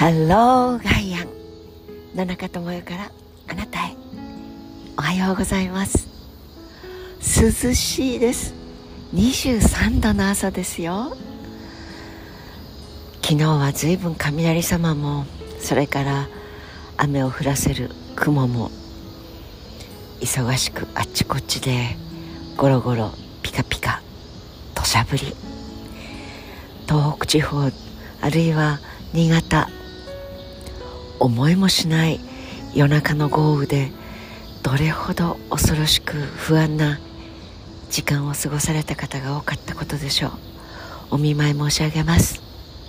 ハローガイアン、野中智代からあなたへ。おはようございます。涼しいです。23度の朝ですよ。昨日は随分雷様も、それから雨を降らせる雲も忙しく、あっちこっちでゴロゴロピカピカ土砂降り。東北地方、あるいは新潟、思いもしない夜中の豪雨でどれほど恐ろしく不安な時間を過ごされた方が多かったことでしょう。お見舞い申し上げます。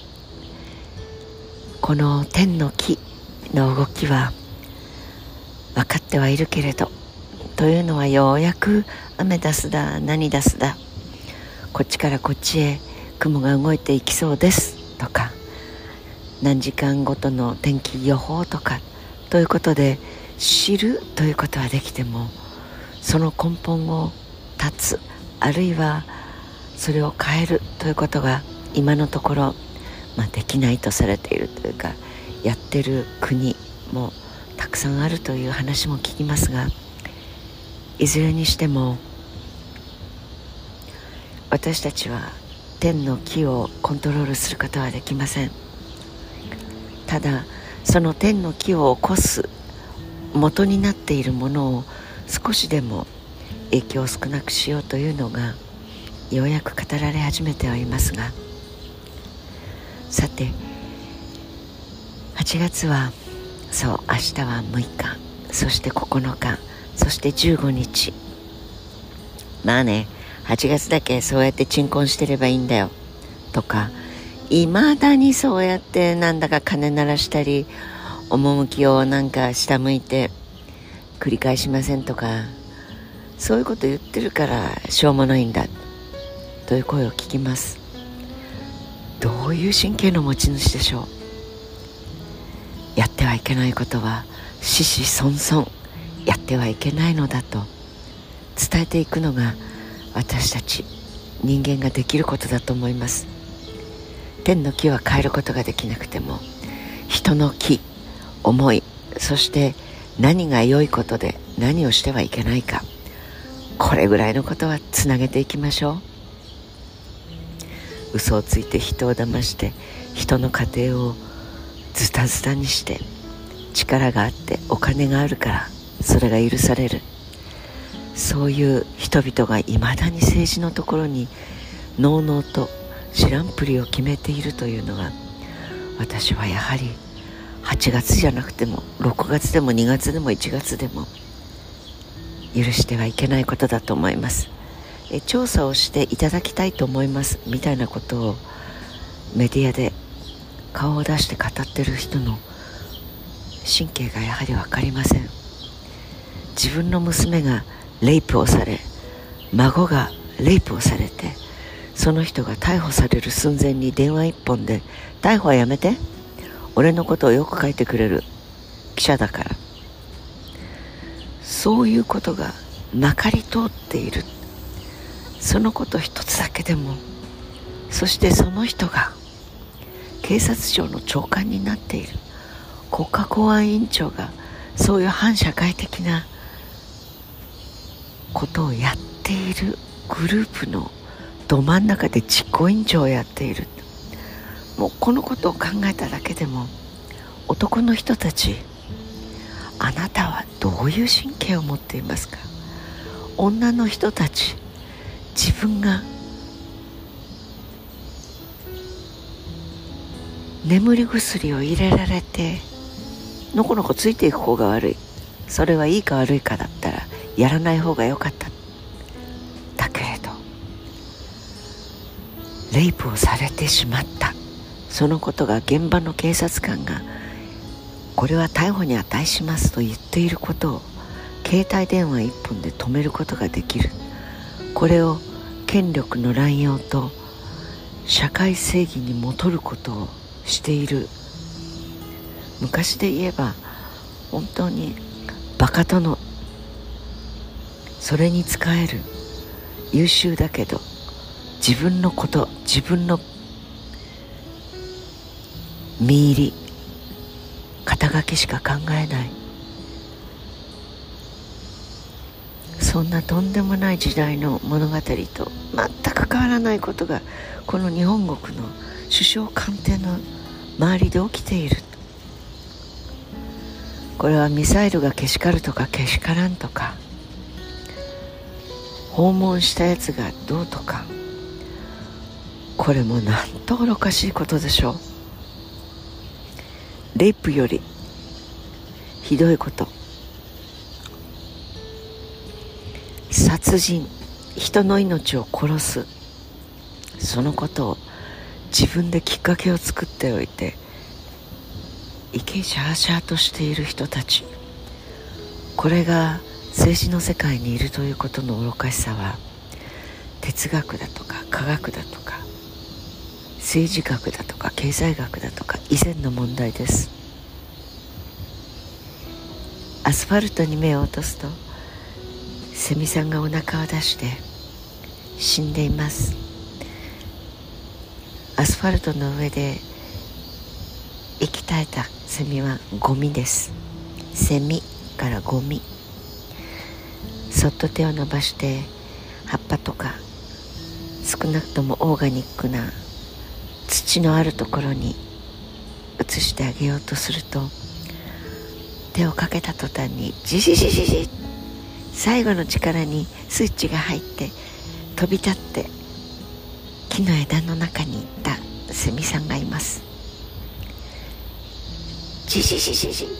この天の気の動きは分かってはいるけれど、というのはようやく雨出すだ何出すだ、こっちからこっちへ雲が動いていきそうですとか、何時間ごとの天気予報とかということで知るということはできても、その根本を断つ、あるいはそれを変えるということが今のところ、できないとされているというか、やってる国もたくさんあるという話も聞きますが、いずれにしても私たちは天の気をコントロールすることはできません。ただその天の気を起こす元になっているものを少しでも影響を少なくしようというのがようやく語られ始めてはいますが、さて8月はそう、明日は6日、そして9日、そして15日。8月だけそうやって鎮魂してればいいんだよとか、いまだにそうやってなんだか鐘鳴らしたり、趣をなんか下向いて繰り返しませんとか、そういうこと言ってるからしょうもないんだという声を聞きます。どういう神経の持ち主でしょう。やってはいけないことは子々孫々やってはいけないのだと伝えていくのが私たち人間ができることだと思います。天の気は変えることができなくても、人の気、思い、そして何が良いことで何をしてはいけないか、これぐらいのことはつなげていきましょう。嘘をついて人を騙して人の家庭をズタズタにして、力があってお金があるからそれが許される、そういう人々がいまだに政治のところにのうのうと知らんぷりを決めているというのが、私はやはり8月じゃなくても6月でも2月でも1月でも許してはいけないことだと思います。調査をしていただきたいと思いますみたいなことをメディアで顔を出して語ってる人の神経がやはり分かりません。自分の娘がレイプをされ、孫がレイプをされて、その人が逮捕される寸前に電話一本で、逮捕はやめて、俺のことをよく書いてくれる記者だから、そういうことがまかり通っている。そのこと一つだけでも、そしてその人が警察庁の長官になっている、国家公安委員長がそういう反社会的なことをやっているグループのど真ん中で実行委員長をやっている。もうこのことを考えただけでも、男の人たち、あなたはどういう神経を持っていますか。女の人たち、自分が眠り薬を入れられてのこのこついていく方が悪い、それはいいか悪いかだったらやらない方が良かった。だけれどレイプをされてしまった、そのことが現場の警察官がこれは逮捕に値しますと言っていることを携帯電話一本で止めることができる。これを権力の乱用と社会正義にもとることをしている。昔で言えば本当にバカ殿、それに使える優秀だけど自分のこと、自分の身入り肩書きしか考えない、そんなとんでもない時代の物語と全く変わらないことがこの日本国の首相官邸の周りで起きている。これはミサイルがけしかるとかけしからんとか、訪問したやつがどうとか、これもなんと愚かしいことでしょう。レイプよりひどいこと、殺人、人の命を殺す、そのことを自分できっかけを作っておいてイケシャーシャーとしている人たち、これが政治の世界にいるということの愚かしさは、哲学だとか科学だとか政治学だとか経済学だとか以前の問題です。アスファルトに目を落とすとセミさんがお腹を出して死んでいます。アスファルトの上で息絶えたセミはゴミです。セミからゴミ。そっと手を伸ばして葉っぱとか少なくともオーガニックな土のあるところに移してあげようとすると、手をかけた途端にジジジジジ、最後の力にスイッチが入って飛び立って木の枝の中に行ったセミさんがいます。ジジジジジ。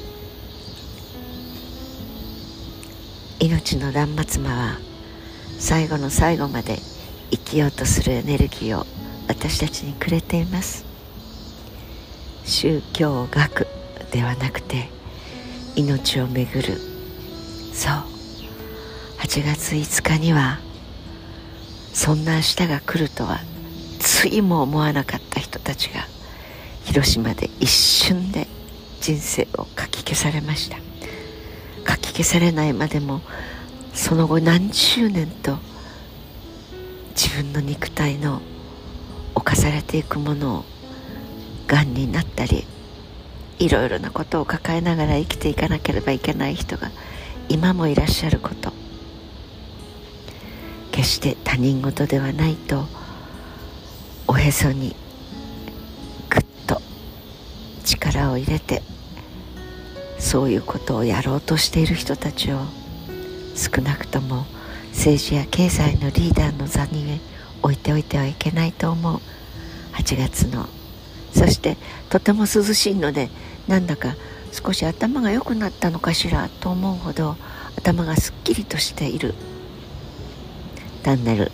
命の断末魔は最後の最後まで生きようとするエネルギーを私たちにくれています。宗教学ではなくて命をめぐる、そう、8月5日にはそんな明日が来るとはついも思わなかった人たちが広島で一瞬で人生をかき消されました。かき消されないまでもその後何十年と自分の肉体の侵されていくものをがんになったり、いろいろなことを抱えながら生きていかなければいけない人が今もいらっしゃること、決して他人事ではないとおへそにぐっと力を入れて、そういうことをやろうとしている人たちを少なくとも政治や経済のリーダーの座に置いておいてはいけないと思う8月の、そしてとても涼しいのでなんだか少し頭が良くなったのかしらと思うほど頭がすっきりとしている。単なる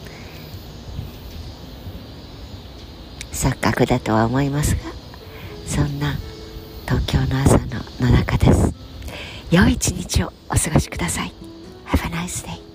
錯覚だとは思いますが、そんな東京の朝の中です。良い一日をお過ごしください。Have a nice day.